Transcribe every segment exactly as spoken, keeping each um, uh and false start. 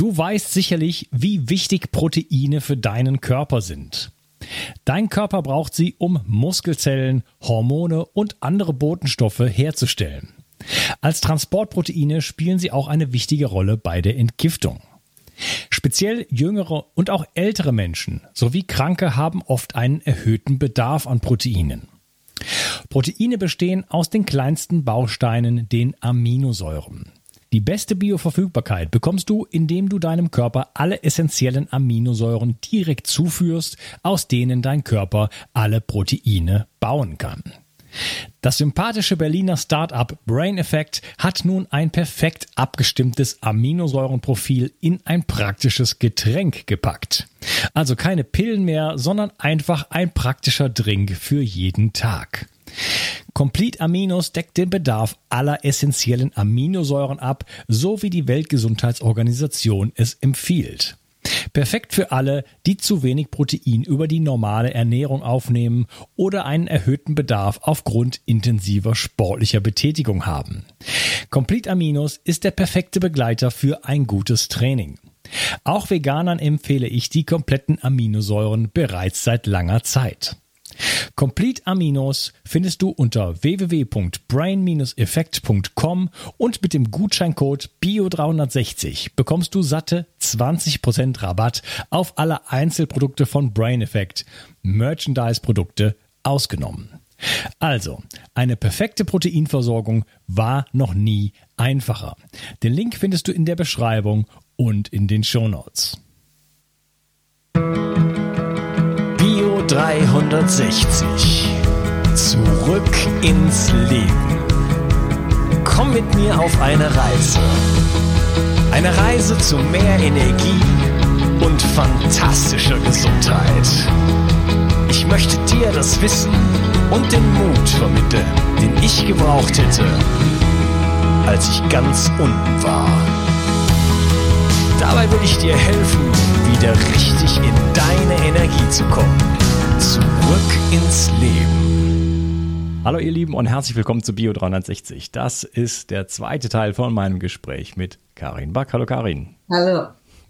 Du weißt sicherlich, wie wichtig Proteine für deinen Körper sind. Dein Körper braucht sie, um Muskelzellen, Hormone und andere Botenstoffe herzustellen. Als Transportproteine spielen sie auch eine wichtige Rolle bei der Entgiftung. Speziell jüngere und auch ältere Menschen sowie Kranke haben oft einen erhöhten Bedarf an Proteinen. Proteine bestehen aus den kleinsten Bausteinen, den Aminosäuren. Die beste Bioverfügbarkeit bekommst du, indem du deinem Körper alle essentiellen Aminosäuren direkt zuführst, aus denen dein Körper alle Proteine bauen kann. Das sympathische Berliner Start-up Brain Effect hat nun ein perfekt abgestimmtes Aminosäurenprofil in ein praktisches Getränk gepackt. Also keine Pillen mehr, sondern einfach ein praktischer Drink für jeden Tag. Complete Aminos deckt den Bedarf aller essentiellen Aminosäuren ab, so wie die Weltgesundheitsorganisation es empfiehlt. Perfekt für alle, die zu wenig Protein über die normale Ernährung aufnehmen oder einen erhöhten Bedarf aufgrund intensiver sportlicher Betätigung haben. Complete Aminos ist der perfekte Begleiter für ein gutes Training. Auch Veganern empfehle ich die kompletten Aminosäuren bereits seit langer Zeit. Complete Aminos findest du unter w w w punkt brain effect punkt com und mit dem Gutscheincode B I O dreihundertsechzig bekommst du satte zwanzig Prozent Rabatt auf alle Einzelprodukte von Brain Effect, Merchandise-Produkte ausgenommen. Also, eine perfekte Proteinversorgung war noch nie einfacher. Den Link findest du in der Beschreibung und in den Shownotes. Bio dreihundertsechzig. Zurück ins Leben. Komm mit mir auf eine Reise. Eine Reise zu mehr Energie und fantastischer Gesundheit. Ich möchte dir das Wissen und den Mut vermitteln, den ich gebraucht hätte, als ich ganz unten war. Dabei will ich dir helfen, wieder richtig in deine Energie zu kommen. Zurück ins Leben. Hallo ihr Lieben und herzlich willkommen zu Bio dreihundertsechzig. Das ist der zweite Teil von meinem Gespräch mit Karin Back. Hallo Karin. Hallo.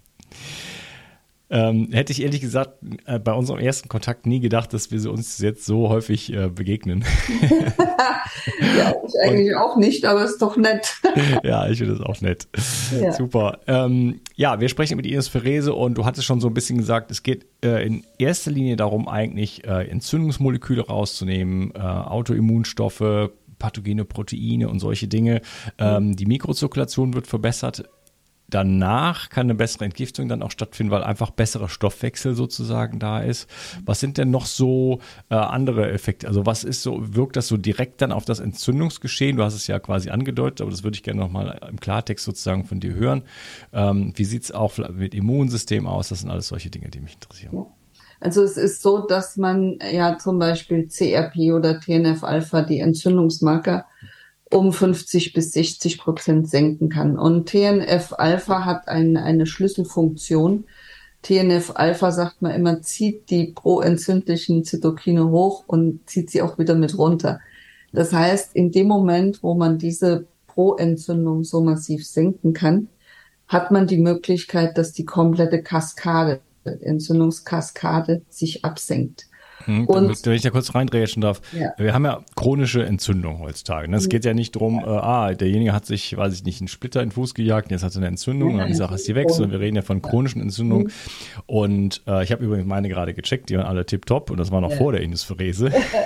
Ähm, hätte ich ehrlich gesagt äh, bei unserem ersten Kontakt nie gedacht, dass wir uns jetzt so häufig äh, begegnen. Ja, ich eigentlich und, auch nicht, aber ist doch nett. Ja, ich finde es auch nett. Ja. Super. Ähm, ja, wir sprechen über die Ionosphärese und du hattest schon so ein bisschen gesagt, es geht äh, in erster Linie darum, eigentlich äh, Entzündungsmoleküle rauszunehmen, äh, Autoimmunstoffe, pathogene Proteine und solche Dinge. Ähm, die Mikrozirkulation wird verbessert. Danach kann eine bessere Entgiftung dann auch stattfinden, weil einfach besserer Stoffwechsel sozusagen da ist. Was sind denn noch so äh, andere Effekte? Also was ist so, wirkt das so direkt dann auf das Entzündungsgeschehen? Du hast es ja quasi angedeutet, aber das würde ich gerne nochmal im Klartext sozusagen von dir hören. Ähm, wie sieht es auch mit Immunsystem aus? Das sind alles solche Dinge, die mich interessieren. Also es ist so, dass man ja zum Beispiel C R P oder T N F-Alpha, die Entzündungsmarker, um fünfzig bis sechzig Prozent senken kann. Und T N F-Alpha hat ein, eine Schlüsselfunktion. T N F-Alpha, sagt man immer, zieht die proentzündlichen Zytokine hoch und zieht sie auch wieder mit runter. Das heißt, in dem Moment, wo man diese Proentzündung so massiv senken kann, hat man die Möglichkeit, dass die komplette Kaskade, Entzündungskaskade, sich absenkt. Hm, und, wenn ich da kurz reindreschen darf, ja. Wir haben ja chronische Entzündung heutzutage. Es geht ja nicht darum, äh, ah, derjenige hat sich, weiß ich nicht, einen Splitter in den Fuß gejagt und jetzt hat er eine Entzündung ja, und die Sache ist die weg, sondern wir reden ja von chronischen Entzündungen. Mhm. Und äh, ich habe übrigens meine gerade gecheckt, die waren alle tipptopp und das war noch ja. vor der Ionosphärese.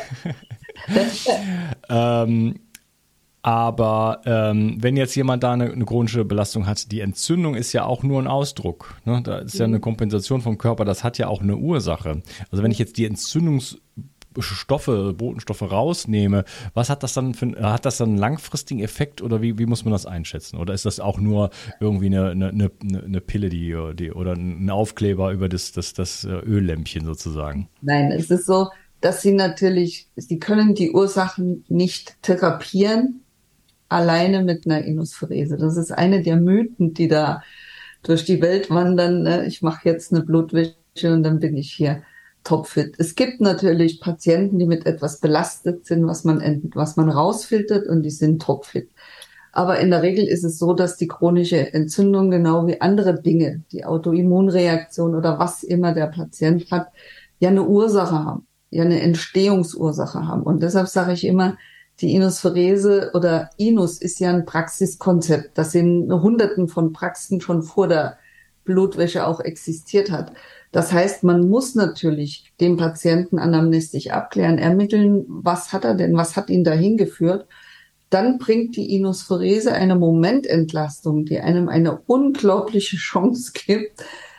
ähm, Aber ähm, wenn jetzt jemand da eine, eine chronische Belastung hat, die Entzündung ist ja auch nur ein Ausdruck. Ne? Da ist ja eine Kompensation vom Körper, das hat ja auch eine Ursache. Also wenn ich jetzt die Entzündungsstoffe, Botenstoffe rausnehme, was hat das dann für, hat das dann einen langfristigen Effekt oder wie, wie muss man das einschätzen? Oder ist das auch nur irgendwie eine, eine, eine, eine Pille, die, die oder ein Aufkleber über das, das, das Öllämpchen sozusagen? Nein, es ist so, dass sie natürlich, sie können die Ursachen nicht therapieren, alleine mit einer Ionosphärese. Das ist eine der Mythen, die da durch die Welt wandern. Ne? Ich mache jetzt eine Blutwäsche und dann bin ich hier topfit. Es gibt natürlich Patienten, die mit etwas belastet sind, was man was man rausfiltert und die sind topfit. Aber in der Regel ist es so, dass die chronische Entzündung genau wie andere Dinge, die Autoimmunreaktion oder was immer der Patient hat, ja eine Ursache haben, ja eine Entstehungsursache haben. Und deshalb sage ich immer, die Inospherese oder Inus ist ja ein Praxiskonzept, das in Hunderten von Praxen schon vor der Blutwäsche auch existiert hat. Das heißt, man muss natürlich den Patienten anamnestisch abklären, ermitteln, was hat er denn, was hat ihn dahin geführt. Dann bringt die Inospherese eine Momententlastung, die einem eine unglaubliche Chance gibt,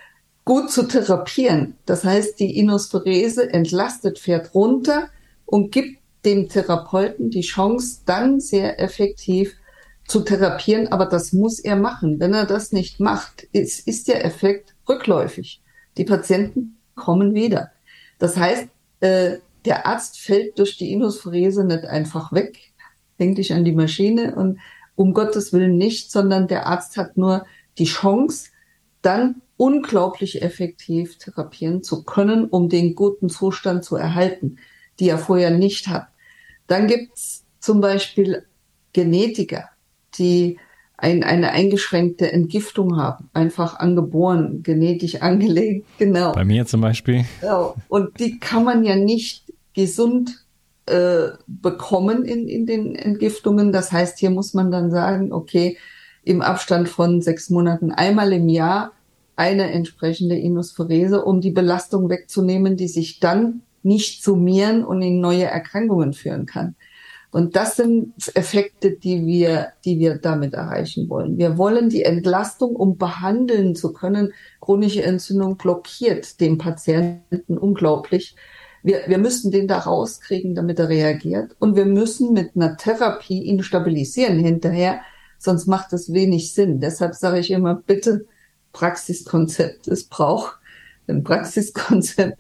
gut zu therapieren. Das heißt, die Inospherese entlastet, fährt runter und gibt dem Therapeuten die Chance, dann sehr effektiv zu therapieren. Aber das muss er machen. Wenn er das nicht macht, ist, ist der Effekt rückläufig. Die Patienten kommen wieder. Das heißt, äh, der Arzt fällt durch die Inospherese nicht einfach weg, denkt dich an die Maschine und um Gottes Willen nicht, sondern der Arzt hat nur die Chance, dann unglaublich effektiv therapieren zu können, um den guten Zustand zu erhalten, die er vorher nicht hat. Dann gibt's zum Beispiel Genetiker, die ein, eine eingeschränkte Entgiftung haben, einfach angeboren, genetisch angelegt, genau. Bei mir zum Beispiel. Ja, und die kann man ja nicht gesund äh, bekommen in, in den Entgiftungen. Das heißt, hier muss man dann sagen, okay, im Abstand von sechs Monaten einmal im Jahr eine entsprechende Inospherese, um die Belastung wegzunehmen, die sich dann nicht summieren und in neue Erkrankungen führen kann. Und das sind Effekte, die wir, die wir damit erreichen wollen. Wir wollen die Entlastung, um behandeln zu können. Chronische Entzündung blockiert den Patienten unglaublich. Wir, wir müssen den da rauskriegen, damit er reagiert. Und wir müssen mit einer Therapie ihn stabilisieren hinterher, sonst macht es wenig Sinn. Deshalb sage ich immer, bitte Praxiskonzept. Es braucht ein Praxiskonzept.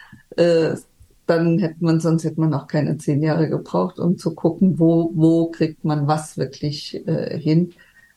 Äh, dann hätte man, sonst hätte man auch keine zehn Jahre gebraucht, um zu gucken, wo, wo kriegt man was wirklich äh, hin.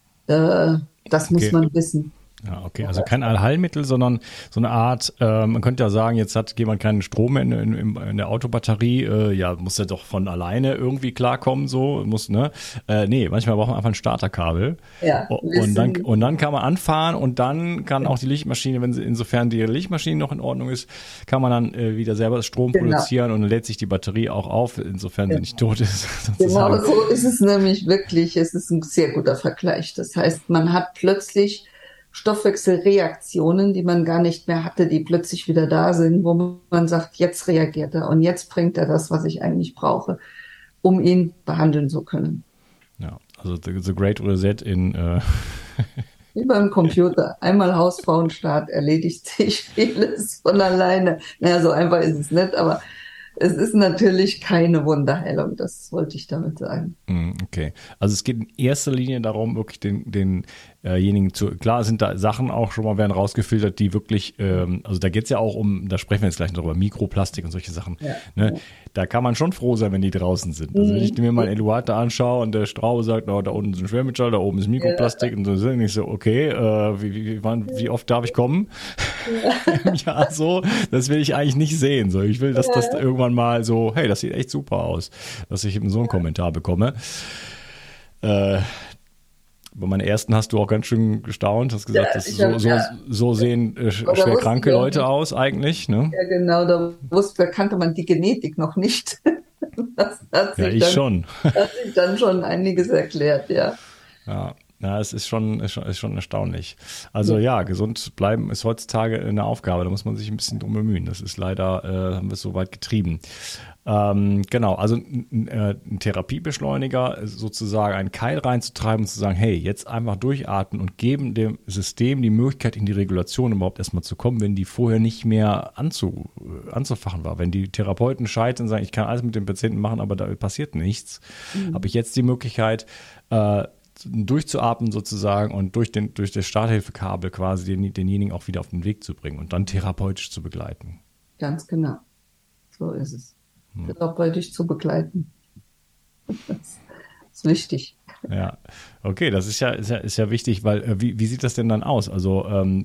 Äh, das muss okay. man wissen. Ja, okay, also kein Allheilmittel, sondern so eine Art, äh, man könnte ja sagen, jetzt hat jemand keinen Strom in, in, in der Autobatterie, äh, ja, muss er doch von alleine irgendwie klarkommen, so, muss, ne? Äh, nee, manchmal braucht man einfach ein Starterkabel. Ja. Und dann, und dann kann man anfahren und dann kann auch die Lichtmaschine, wenn sie, insofern die Lichtmaschine noch in Ordnung ist, kann man dann äh, wieder selber Strom genau. produzieren und dann lädt sich die Batterie auch auf, insofern ja. sie nicht tot ist. Genau, so ist es nämlich wirklich, es ist ein sehr guter Vergleich. Das heißt, man hat plötzlich Stoffwechselreaktionen, die man gar nicht mehr hatte, die plötzlich wieder da sind, wo man sagt, jetzt reagiert er und jetzt bringt er das, was ich eigentlich brauche, um ihn behandeln zu können. Ja, also the, the Great Reset in äh wie beim Computer. Einmal Hausfrauenstart, erledigt sich vieles von alleine. Naja, so einfach ist es nicht, aber es ist natürlich keine Wunderheilung, das wollte ich damit sagen. Okay, also es geht in erster Linie darum, wirklich den, denjenigen äh zu, klar sind da Sachen auch schon mal, werden rausgefiltert, die wirklich, ähm, also da geht es ja auch um, da sprechen wir jetzt gleich noch drüber, Mikroplastik und solche Sachen. Ja. Ne? Ja. Da kann man schon froh sein, wenn die draußen sind. Also wenn ich mir mal Eluate anschaue und der Straube sagt, oh, da unten ist ein Schwermetall, da oben ist Mikroplastik ja. und so sind ich so, okay, äh, wie, wie, wann, wie oft darf ich kommen? Ja. Im Jahr so, das will ich eigentlich nicht sehen. So, ich will, dass ja. das irgendwann mal so, hey, das sieht echt super aus, dass ich eben so einen ja. Kommentar bekomme. Äh, bei meinen ersten hast du auch ganz schön gestaunt, hast gesagt, ja, dass so, hab, so, ja. so sehen äh, schwer kranke Leute aus eigentlich. Ne? Ja, genau, da, wusste, da kannte man die Genetik noch nicht. Das hat sich ja, ich dann, schon. Hat sich dann schon einiges erklärt, ja. Ja. Na, es ist schon, ist schon, ist schon erstaunlich. Also ja. ja, gesund bleiben ist heutzutage eine Aufgabe. Da muss man sich ein bisschen drum bemühen. Das ist leider, äh, haben wir es so weit getrieben. Ähm, genau, also ein, ein Therapiebeschleuniger, sozusagen einen Keil reinzutreiben und zu sagen, hey, jetzt einfach durchatmen und geben dem System die Möglichkeit, in die Regulation überhaupt erstmal zu kommen, wenn die vorher nicht mehr anzu, anzufachen war. Wenn die Therapeuten scheitern und sagen, ich kann alles mit dem Patienten machen, aber da passiert nichts, mhm. habe ich jetzt die Möglichkeit, äh, durchzuatmen sozusagen und durch den durch das Starthilfekabel quasi den, denjenigen auch wieder auf den Weg zu bringen und dann therapeutisch zu begleiten. Ganz genau. So ist es. Hm. Therapeutisch zu begleiten. Das ist wichtig. Ja, okay, das ist ja, ist ja, ist ja wichtig, weil äh, wie, wie sieht das denn dann aus? Also ähm,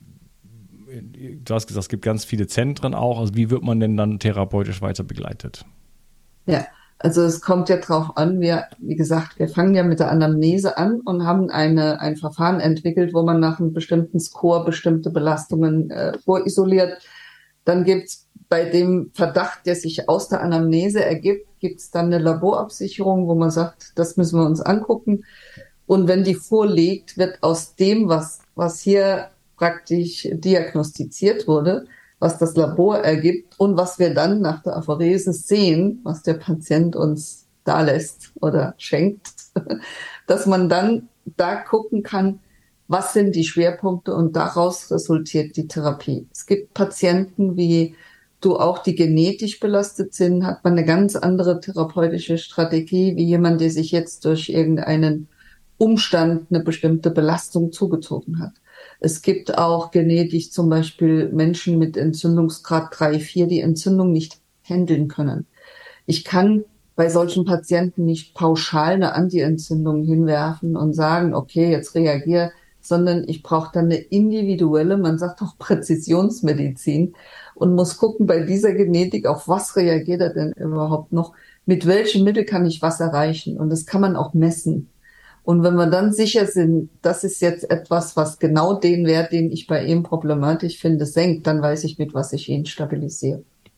du hast gesagt, es gibt ganz viele Zentren auch. Also wie wird man denn dann therapeutisch weiter begleitet? Ja, Also es kommt ja drauf an, wir, wie gesagt, wir fangen ja mit der Anamnese an und haben eine, ein Verfahren entwickelt, wo man nach einem bestimmten Score bestimmte Belastungen äh, vorisoliert. Dann gibt's bei dem Verdacht, der sich aus der Anamnese ergibt, gibt's dann eine Laborabsicherung, wo man sagt, das müssen wir uns angucken. Und wenn die vorliegt, wird aus dem, was, was hier praktisch diagnostiziert wurde, was das Labor ergibt und was wir dann nach der Apheresis sehen, was der Patient uns da lässt oder schenkt, dass man dann da gucken kann, was sind die Schwerpunkte und daraus resultiert die Therapie. Es gibt Patienten, wie du auch, die genetisch belastet sind, hat man eine ganz andere therapeutische Strategie, wie jemand, der sich jetzt durch irgendeinen Umstand eine bestimmte Belastung zugezogen hat. Es gibt auch genetisch zum Beispiel Menschen mit Entzündungsgrad drei, vier, die Entzündung nicht handeln können. Ich kann bei solchen Patienten nicht pauschal eine Antientzündung hinwerfen und sagen, okay, jetzt reagier, sondern ich brauche dann eine individuelle, man sagt auch Präzisionsmedizin und muss gucken bei dieser Genetik, auf was reagiert er denn überhaupt noch, mit welchem Mittel kann ich was erreichen, und das kann man auch messen. Und wenn wir dann sicher sind, das ist jetzt etwas, was genau den Wert, den ich bei ihm problematisch finde, senkt, dann weiß ich, mit was ich ihn stabilisiere.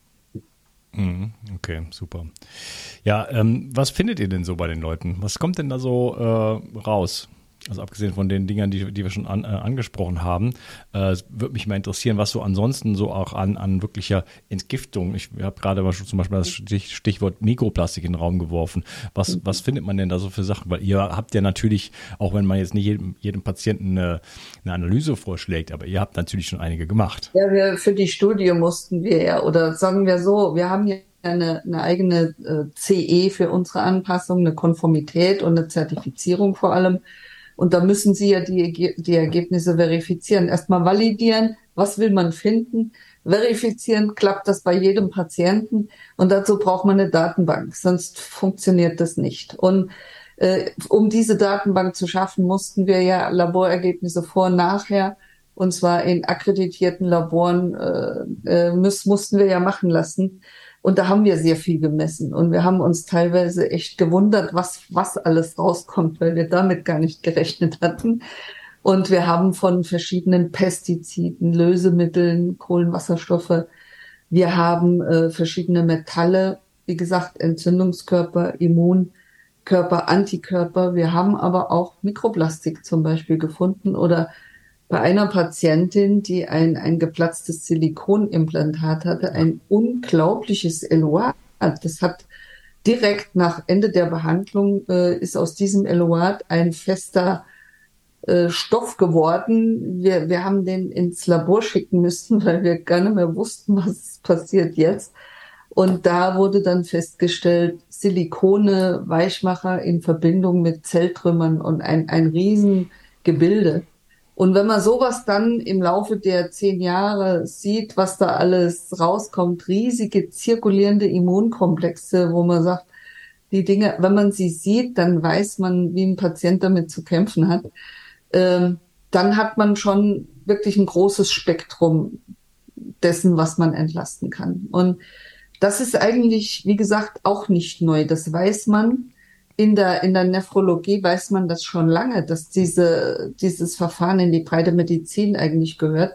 Okay, super. Ja, ähm, was findet ihr denn so bei den Leuten? Was kommt denn da so äh, raus? Also abgesehen von den Dingern, die, die wir schon an, äh, angesprochen haben, äh, würde mich mal interessieren, was so ansonsten so auch an, an wirklicher Entgiftung, ich habe gerade mal schon zum Beispiel das Stich, Stichwort Mikroplastik in den Raum geworfen, was, was findet man denn da so für Sachen? Weil ihr habt ja natürlich, auch wenn man jetzt nicht jedem, jedem Patienten eine, eine Analyse vorschlägt, aber ihr habt natürlich schon einige gemacht. Ja, wir, für die Studie mussten wir ja, oder sagen wir so, wir haben ja eine, eine eigene äh, C E für unsere Anpassung, eine Konformität und eine Zertifizierung vor allem. Und da müssen Sie ja die, die Ergebnisse verifizieren. Erstmal validieren, was will man finden, verifizieren, klappt das bei jedem Patienten, und dazu braucht man eine Datenbank, sonst funktioniert das nicht. Und äh, um diese Datenbank zu schaffen, mussten wir ja Laborergebnisse vor und nachher, und zwar in akkreditierten Laboren, äh, äh, müß, mussten wir ja machen lassen. Und da haben wir sehr viel gemessen. Und wir haben uns teilweise echt gewundert, was, was alles rauskommt, weil wir damit gar nicht gerechnet hatten. Und wir haben von verschiedenen Pestiziden, Lösemitteln, Kohlenwasserstoffe. Wir haben äh, verschiedene Metalle, wie gesagt, Entzündungskörper, Immunkörper, Antikörper. Wir haben aber auch Mikroplastik zum Beispiel gefunden, oder bei einer Patientin, die ein, ein geplatztes Silikonimplantat hatte, ein unglaubliches Eluat. Das hat direkt nach Ende der Behandlung, äh, ist aus diesem Eluat ein fester äh, Stoff geworden. Wir, wir haben den ins Labor schicken müssen, weil wir gar nicht mehr wussten, was passiert jetzt. Und da wurde dann festgestellt, Silikone, Weichmacher in Verbindung mit Zelltrümmern und ein, ein Riesengebilde. Und wenn man sowas dann im Laufe der zehn Jahre sieht, was da alles rauskommt, riesige zirkulierende Immunkomplexe, wo man sagt, die Dinge, wenn man sie sieht, dann weiß man, wie ein Patient damit zu kämpfen hat. Ähm, dann hat man schon wirklich ein großes Spektrum dessen, was man entlasten kann. Und das ist eigentlich, wie gesagt, auch nicht neu. Das weiß man. In der, in der Nephrologie weiß man das schon lange, dass diese, dieses Verfahren in die breite Medizin eigentlich gehört.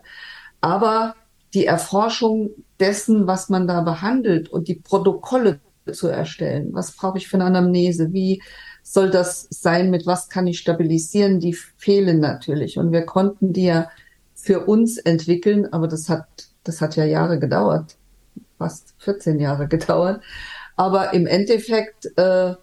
Aber die Erforschung dessen, was man da behandelt, und die Protokolle zu erstellen, was brauche ich für eine Anamnese, wie soll das sein, mit was kann ich stabilisieren, die fehlen natürlich. Und wir konnten die ja für uns entwickeln, aber das hat, das hat ja Jahre gedauert, fast vierzehn Jahre gedauert. Aber im Endeffekt, äh,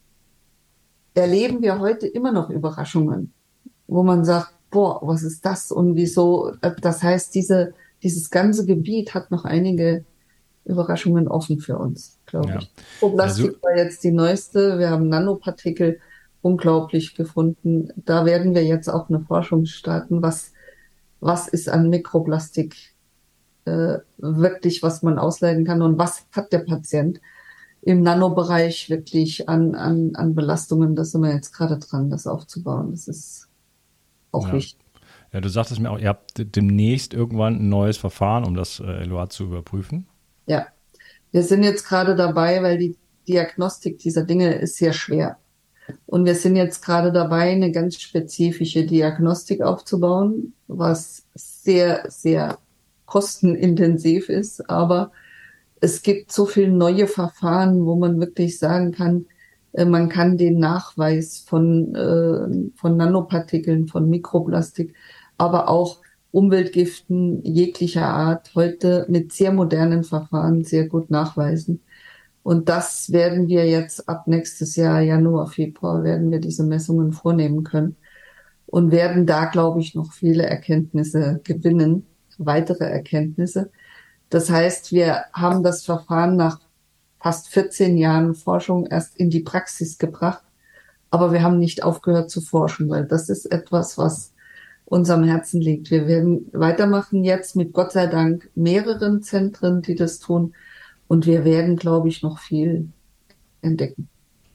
erleben wir heute immer noch Überraschungen, wo man sagt, boah, was ist das und wieso? Das heißt, diese, dieses ganze Gebiet hat noch einige Überraschungen offen für uns, glaube ja. ich. Mikroplastik also, war jetzt die neueste. Wir haben Nanopartikel unglaublich gefunden. Da werden wir jetzt auch eine Forschung starten. Was, was ist an Mikroplastik äh, wirklich, was man ausleiten kann, und was hat der Patient im Nanobereich wirklich an, an, an Belastungen? Das sind wir jetzt gerade dran, das aufzubauen. Das ist auch ja. wichtig. Ja, du sagtest mir auch, ihr habt demnächst irgendwann ein neues Verfahren, um das äh, Eluat zu überprüfen. Ja, wir sind jetzt gerade dabei, weil die Diagnostik dieser Dinge ist sehr schwer. Und wir sind jetzt gerade dabei, eine ganz spezifische Diagnostik aufzubauen, was sehr, sehr kostenintensiv ist. Aber es gibt so viele neue Verfahren, wo man wirklich sagen kann, man kann den Nachweis von, von Nanopartikeln, von Mikroplastik, aber auch Umweltgiften jeglicher Art heute mit sehr modernen Verfahren sehr gut nachweisen. Und das werden wir jetzt ab nächstes Jahr, Januar, Februar, werden wir diese Messungen vornehmen können und werden da, glaube ich, noch viele Erkenntnisse gewinnen, weitere Erkenntnisse. Das heißt, wir haben das Verfahren nach fast vierzehn Jahren Forschung erst in die Praxis gebracht, aber wir haben nicht aufgehört zu forschen, weil das ist etwas, was uns am Herzen liegt. Wir werden weitermachen jetzt mit Gott sei Dank mehreren Zentren, die das tun. Und wir werden, glaube ich, noch viel entdecken.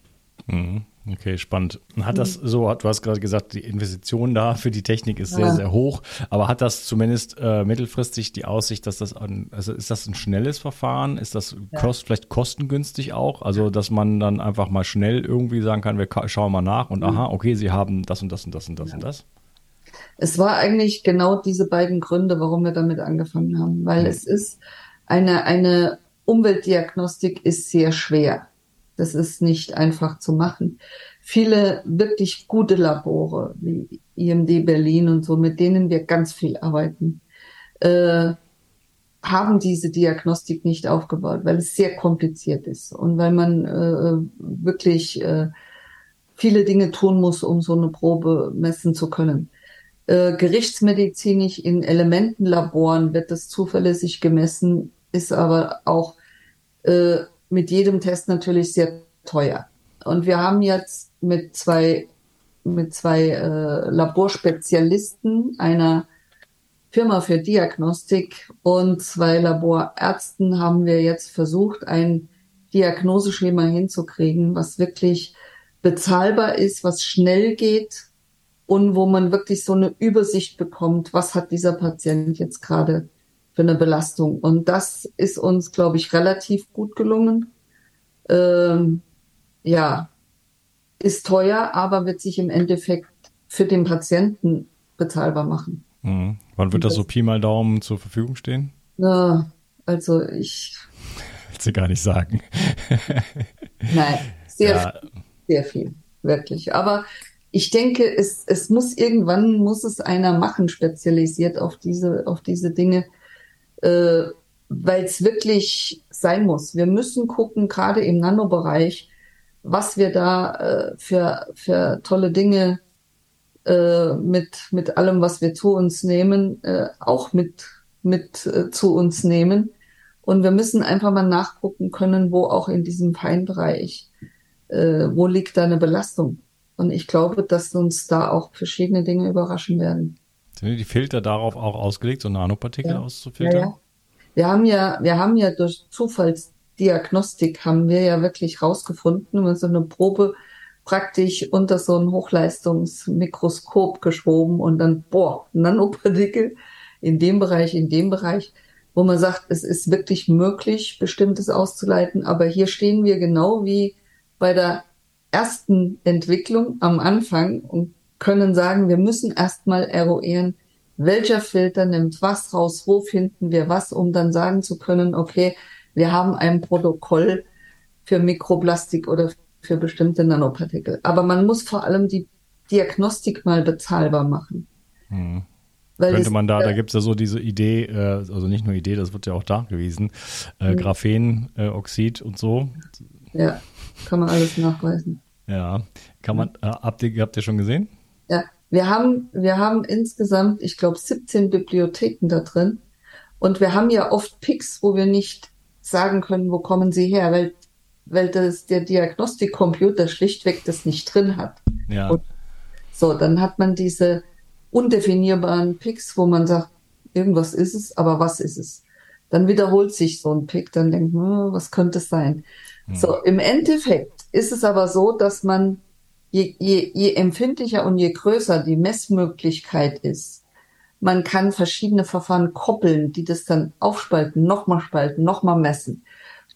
Okay, spannend. Hat das so, du hast gerade gesagt, die Investition da für die Technik ist sehr, ja. sehr hoch, aber hat das zumindest äh, mittelfristig die Aussicht, dass das, an, also ist das ein schnelles Verfahren? Ist das ja. kost, vielleicht kostengünstig auch? Also, dass man dann einfach mal schnell irgendwie sagen kann, wir schauen mal nach und mhm. aha, okay, Sie haben das und das und das und das ja. und das? Es war eigentlich genau diese beiden Gründe, warum wir damit angefangen haben, weil mhm. es ist eine, eine Umweltdiagnostik ist sehr schwer. Das ist nicht einfach zu machen. Viele wirklich gute Labore, wie I M D Berlin und so, mit denen wir ganz viel arbeiten, äh, haben diese Diagnostik nicht aufgebaut, weil es sehr kompliziert ist und weil man äh, wirklich äh, viele Dinge tun muss, um so eine Probe messen zu können. Äh, gerichtsmedizinisch in Elementenlaboren wird das zuverlässig gemessen, ist aber auch äh, mit jedem Test natürlich sehr teuer. Und wir haben jetzt mit zwei mit zwei äh, Laborspezialisten einer Firma für Diagnostik und zwei Laborärzten haben wir jetzt versucht, ein Diagnoseschema hinzukriegen, was wirklich bezahlbar ist, was schnell geht und wo man wirklich so eine Übersicht bekommt, was hat dieser Patient jetzt gerade für eine Belastung. Und das ist uns, glaube ich, relativ gut gelungen. Ähm, ja, ist teuer, aber wird sich im Endeffekt für den Patienten bezahlbar machen. Mhm. Wann wird das, das so Pi mal Daumen zur Verfügung stehen? Na, also ich... Willst du gar nicht sagen. Nein, sehr ja. viel, sehr viel, wirklich. Aber ich denke, es, es muss irgendwann, muss es einer machen, spezialisiert auf diese, auf diese Dinge, äh, weil es wirklich sein muss. Wir müssen gucken, gerade im Nanobereich, was wir da äh, für, für tolle Dinge äh, mit, mit allem, was wir zu uns nehmen, äh, auch mit, mit äh, zu uns nehmen. Und wir müssen einfach mal nachgucken können, wo auch in diesem Feinbereich, äh, wo liegt da eine Belastung. Und ich glaube, dass uns da auch verschiedene Dinge überraschen werden. Sind die Filter darauf auch ausgelegt, so Nanopartikel ja. auszufiltern? Ja, ja. Wir haben ja, wir haben ja durch Zufallsdiagnostik haben wir ja wirklich rausgefunden, wenn man so eine Probe praktisch unter so ein Hochleistungsmikroskop geschoben und dann, boah, Nanopartikel in dem Bereich, in dem Bereich, wo man sagt, es ist wirklich möglich, Bestimmtes auszuleiten. Aber hier stehen wir genau wie bei der ersten Entwicklung am Anfang und können sagen, wir müssen erstmal eruieren, welcher Filter nimmt was raus, wo finden wir was, um dann sagen zu können, okay, wir haben ein Protokoll für Mikroplastik oder für bestimmte Nanopartikel. Aber man muss vor allem die Diagnostik mal bezahlbar machen. Hm. Weil Könnte man da, da gibt es ja so diese Idee, äh, also nicht nur Idee, das wird ja auch nachgewiesen, äh, hm. Graphenoxid äh, und so. Ja, kann man alles nachweisen. Ja, kann man, äh, habt ihr, habt ihr schon gesehen? Ja, wir haben, wir haben insgesamt, ich glaube, siebzehn Bibliotheken da drin. Und wir haben ja oft Picks, wo wir nicht sagen können, wo kommen sie her, weil, weil das, der Diagnostikcomputer schlichtweg das nicht drin hat. Ja. Und so, dann hat man diese undefinierbaren Picks, wo man sagt, irgendwas ist es, aber was ist es? Dann wiederholt sich so ein Pick, dann denkt man, was könnte es sein? Hm. So, im Endeffekt ist es aber so, dass man Je, je, je empfindlicher und je größer die Messmöglichkeit ist, man kann verschiedene Verfahren koppeln, die das dann aufspalten, nochmal spalten, nochmal messen.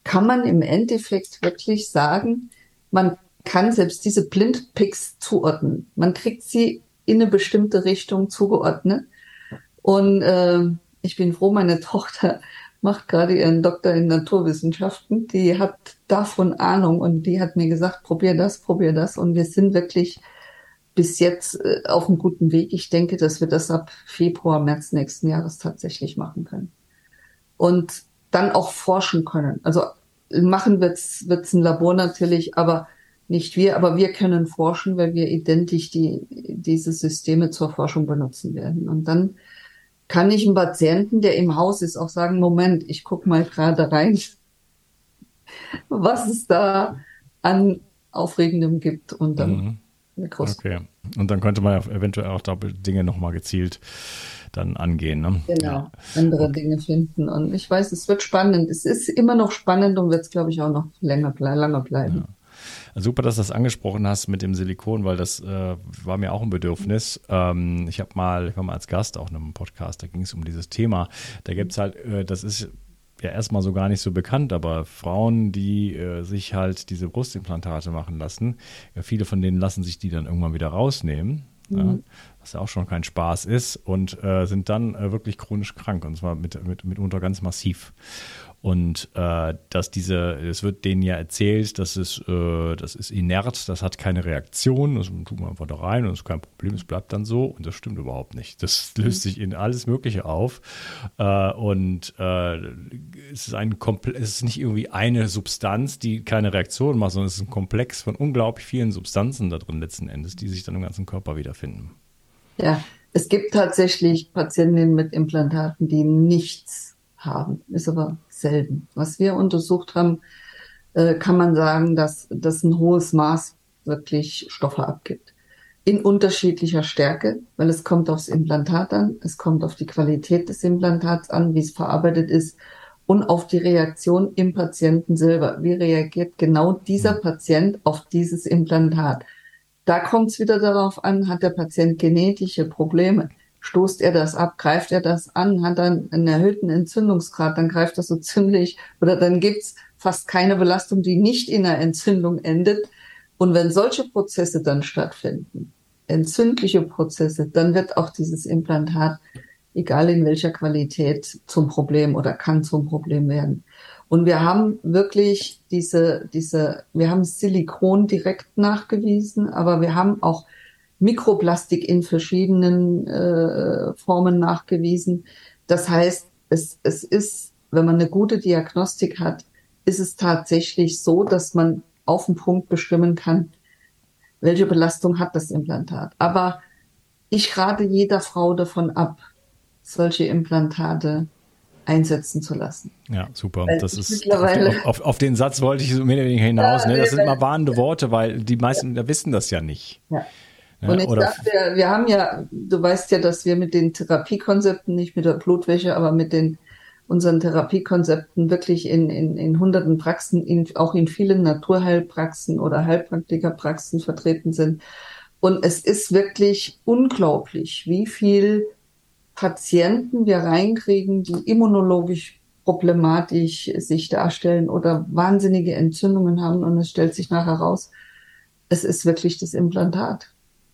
kann man im Endeffekt wirklich sagen, man kann selbst diese Blindpicks zuordnen. Man kriegt sie in eine bestimmte Richtung zugeordnet. Und äh, ich bin froh, meine Tochter macht gerade ihren Doktor in Naturwissenschaften. Die hat davon Ahnung und die hat mir gesagt, probier das, probier das. Und wir sind wirklich bis jetzt äh, auf einem guten Weg. Ich denke, dass wir das ab Februar, März nächsten Jahres tatsächlich machen können. Und dann auch forschen können. Also machen wird's, wird's ein Labor natürlich, aber nicht wir, aber wir können forschen, weil wir identisch die, diese Systeme zur Forschung benutzen werden. Und dann kann ich einem Patienten, der im Haus ist, auch sagen, Moment, ich gucke mal gerade rein, was es da an Aufregendem gibt. Und dann mhm. Okay. Und dann könnte man ja eventuell auch da Dinge nochmal gezielt dann angehen. Ne? Genau, ja. andere okay. Dinge finden. Und ich weiß, es wird spannend. Es ist immer noch spannend und wird es, glaube ich, auch noch länger, lange bleiben. Ja. Super, dass du das angesprochen hast mit dem Silikon, weil das äh, war mir auch ein Bedürfnis. Ähm, ich habe mal, ich war mal als Gast auch in einem Podcast, da ging es um dieses Thema. Da gibt es halt, äh, das ist ja erstmal so gar nicht so bekannt, aber Frauen, die äh, sich halt diese Brustimplantate machen lassen, ja, viele von denen lassen sich die dann irgendwann wieder rausnehmen. Mhm. Ja, was ja auch schon kein Spaß ist und äh, sind dann äh, wirklich chronisch krank und zwar mit, mit, mitunter ganz massiv. Und äh, dass diese, es wird denen ja erzählt, dass es, äh, das ist inert, das hat keine Reaktion, das tut man einfach da rein und das ist kein Problem, es bleibt dann so und das stimmt überhaupt nicht. Das löst sich in alles Mögliche auf äh, und äh, es ist ein Komple- es ist nicht irgendwie eine Substanz, die keine Reaktion macht, sondern es ist ein Komplex von unglaublich vielen Substanzen da drin letzten Endes, die sich dann im ganzen Körper wiederfinden. Ja, es gibt tatsächlich Patientinnen mit Implantaten, die nichts haben, ist aber selten. Was wir untersucht haben, äh, kann man sagen, dass das ein hohes Maß wirklich Stoffe abgibt. In unterschiedlicher Stärke, weil es kommt aufs Implantat an, es kommt auf die Qualität des Implantats an, wie es verarbeitet ist und auf die Reaktion im Patienten selber. Wie reagiert genau dieser Patient auf dieses Implantat? Da kommt es wieder darauf an, hat der Patient genetische Probleme? Stoßt er das ab, greift er das an, hat er einen erhöhten Entzündungsgrad, dann greift das so ziemlich, oder dann gibt's fast keine Belastung, die nicht in einer Entzündung endet. Und wenn solche Prozesse dann stattfinden, entzündliche Prozesse, dann wird auch dieses Implantat, egal in welcher Qualität, zum Problem oder kann zum Problem werden. Und wir haben wirklich diese, diese, wir haben Silikon direkt nachgewiesen, aber wir haben auch Mikroplastik in verschiedenen äh, Formen nachgewiesen. Das heißt, es, es ist, wenn man eine gute Diagnostik hat, ist es tatsächlich so, dass man auf den Punkt bestimmen kann, welche Belastung hat das Implantat. Aber ich rate jeder Frau davon ab, solche Implantate einsetzen zu lassen. Ja, super. Weil das ist mittlerweile auf, auf, auf den Satz wollte ich so mehr oder weniger hinaus. Ja, ne? Das sind wir- mal warnende Worte, weil die meisten da wissen das ja nicht. Ja. Ja, Und ich oder dachte, wir haben ja, du weißt ja, dass wir mit den Therapiekonzepten, nicht mit der Blutwäsche, aber mit den unseren Therapiekonzepten wirklich in, in, in hunderten Praxen, in, auch in vielen Naturheilpraxen oder Heilpraktikerpraxen vertreten sind. Und es ist wirklich unglaublich, wie viel Patienten wir reinkriegen, die immunologisch problematisch sich darstellen oder wahnsinnige Entzündungen haben. Und es stellt sich nachher raus, es ist wirklich das Implantat.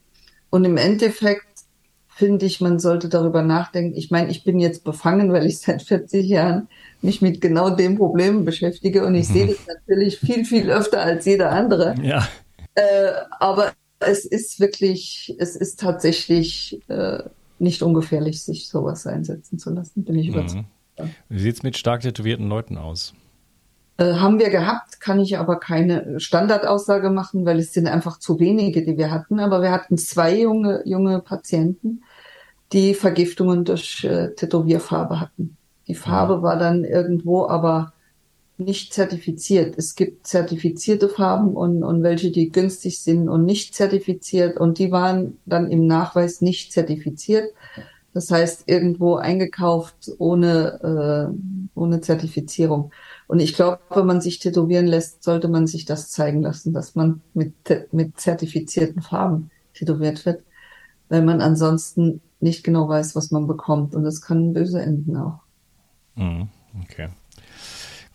Und im Endeffekt finde ich, man sollte darüber nachdenken. Ich meine, ich bin jetzt befangen, weil ich seit vierzig Jahren mich mit genau dem Problem beschäftige und ich sehe das natürlich viel, viel öfter als jeder andere. ja. Äh, aber es ist wirklich, es ist tatsächlich äh, nicht ungefährlich, sich sowas einsetzen zu lassen, bin ich überzeugt. Mhm. Wie sieht's mit stark tätowierten Leuten aus? Äh, haben wir gehabt, kann ich aber keine Standardaussage machen, weil es sind einfach zu wenige, die wir hatten. Aber wir hatten zwei junge, junge Patienten, die Vergiftungen durch äh, Tätowierfarbe hatten. Die Farbe war dann irgendwo aber nicht zertifiziert. Es gibt zertifizierte Farben und, und welche, die günstig sind und nicht zertifiziert. Und die waren dann im Nachweis nicht zertifiziert. Das heißt, irgendwo eingekauft ohne, äh, ohne Zertifizierung. Und ich glaube, wenn man sich tätowieren lässt, sollte man sich das zeigen lassen, dass man mit, mit zertifizierten Farben tätowiert wird, weil man ansonsten nicht genau weiß, was man bekommt. Und das kann böse enden auch. Mhm. Okay.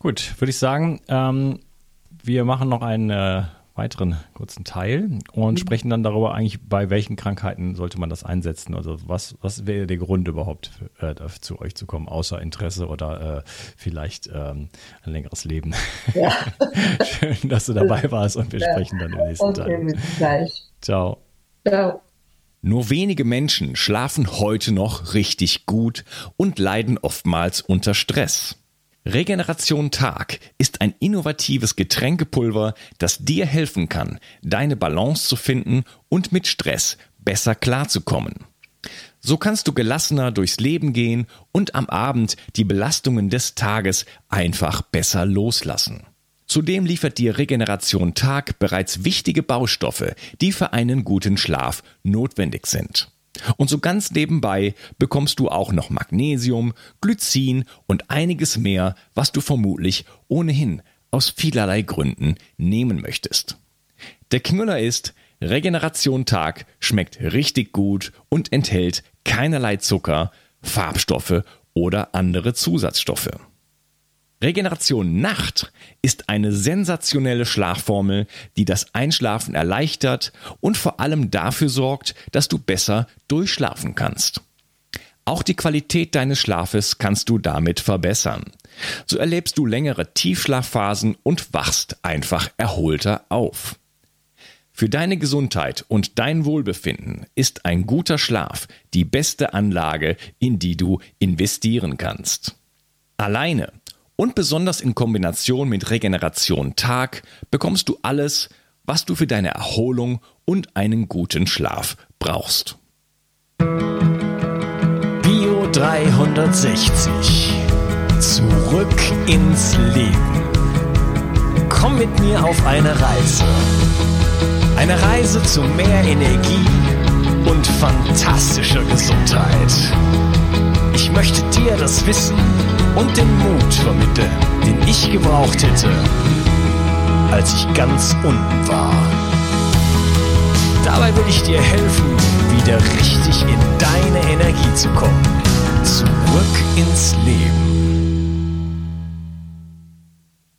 Gut, würde ich sagen, ähm, wir machen noch einen äh, weiteren kurzen Teil und sprechen dann darüber eigentlich, bei welchen Krankheiten sollte man das einsetzen. Also was, was wäre der Grund überhaupt, äh, zu euch zu kommen, außer Interesse oder äh, vielleicht ähm, ein längeres Leben. Ja. Schön, dass du dabei warst und wir ja. sprechen dann im nächsten okay, Teil. Bis gleich. Ciao. Ciao. Nur wenige Menschen schlafen heute noch richtig gut und leiden oftmals unter Stress. Regeneration Tag ist ein innovatives Getränkepulver, das dir helfen kann, deine Balance zu finden und mit Stress besser klarzukommen. So kannst du gelassener durchs Leben gehen und am Abend die Belastungen des Tages einfach besser loslassen. Zudem liefert dir Regeneration Tag bereits wichtige Baustoffe, die für einen guten Schlaf notwendig sind. Und so ganz nebenbei bekommst du auch noch Magnesium, Glycin und einiges mehr, was du vermutlich ohnehin aus vielerlei Gründen nehmen möchtest. Der Knüller ist, Regeneration Tag schmeckt richtig gut und enthält keinerlei Zucker, Farbstoffe oder andere Zusatzstoffe. Regeneration Nacht ist eine sensationelle Schlafformel, die das Einschlafen erleichtert und vor allem dafür sorgt, dass du besser durchschlafen kannst. Auch die Qualität deines Schlafes kannst du damit verbessern. So erlebst du längere Tiefschlafphasen und wachst einfach erholter auf. Für deine Gesundheit und dein Wohlbefinden ist ein guter Schlaf die beste Anlage, in die du investieren kannst. Alleine und besonders in Kombination mit Regeneration Tag bekommst du alles, was du für deine Erholung und einen guten Schlaf brauchst. Bio dreihundertsechzig. Zurück ins Leben. Komm mit mir auf eine Reise. Eine Reise zu mehr Energie und fantastischer Gesundheit. Ich möchte dir das Wissen und den Mut vermitteln, den ich gebraucht hätte, als ich ganz unten war. Dabei will ich dir helfen, wieder richtig in deine Energie zu kommen.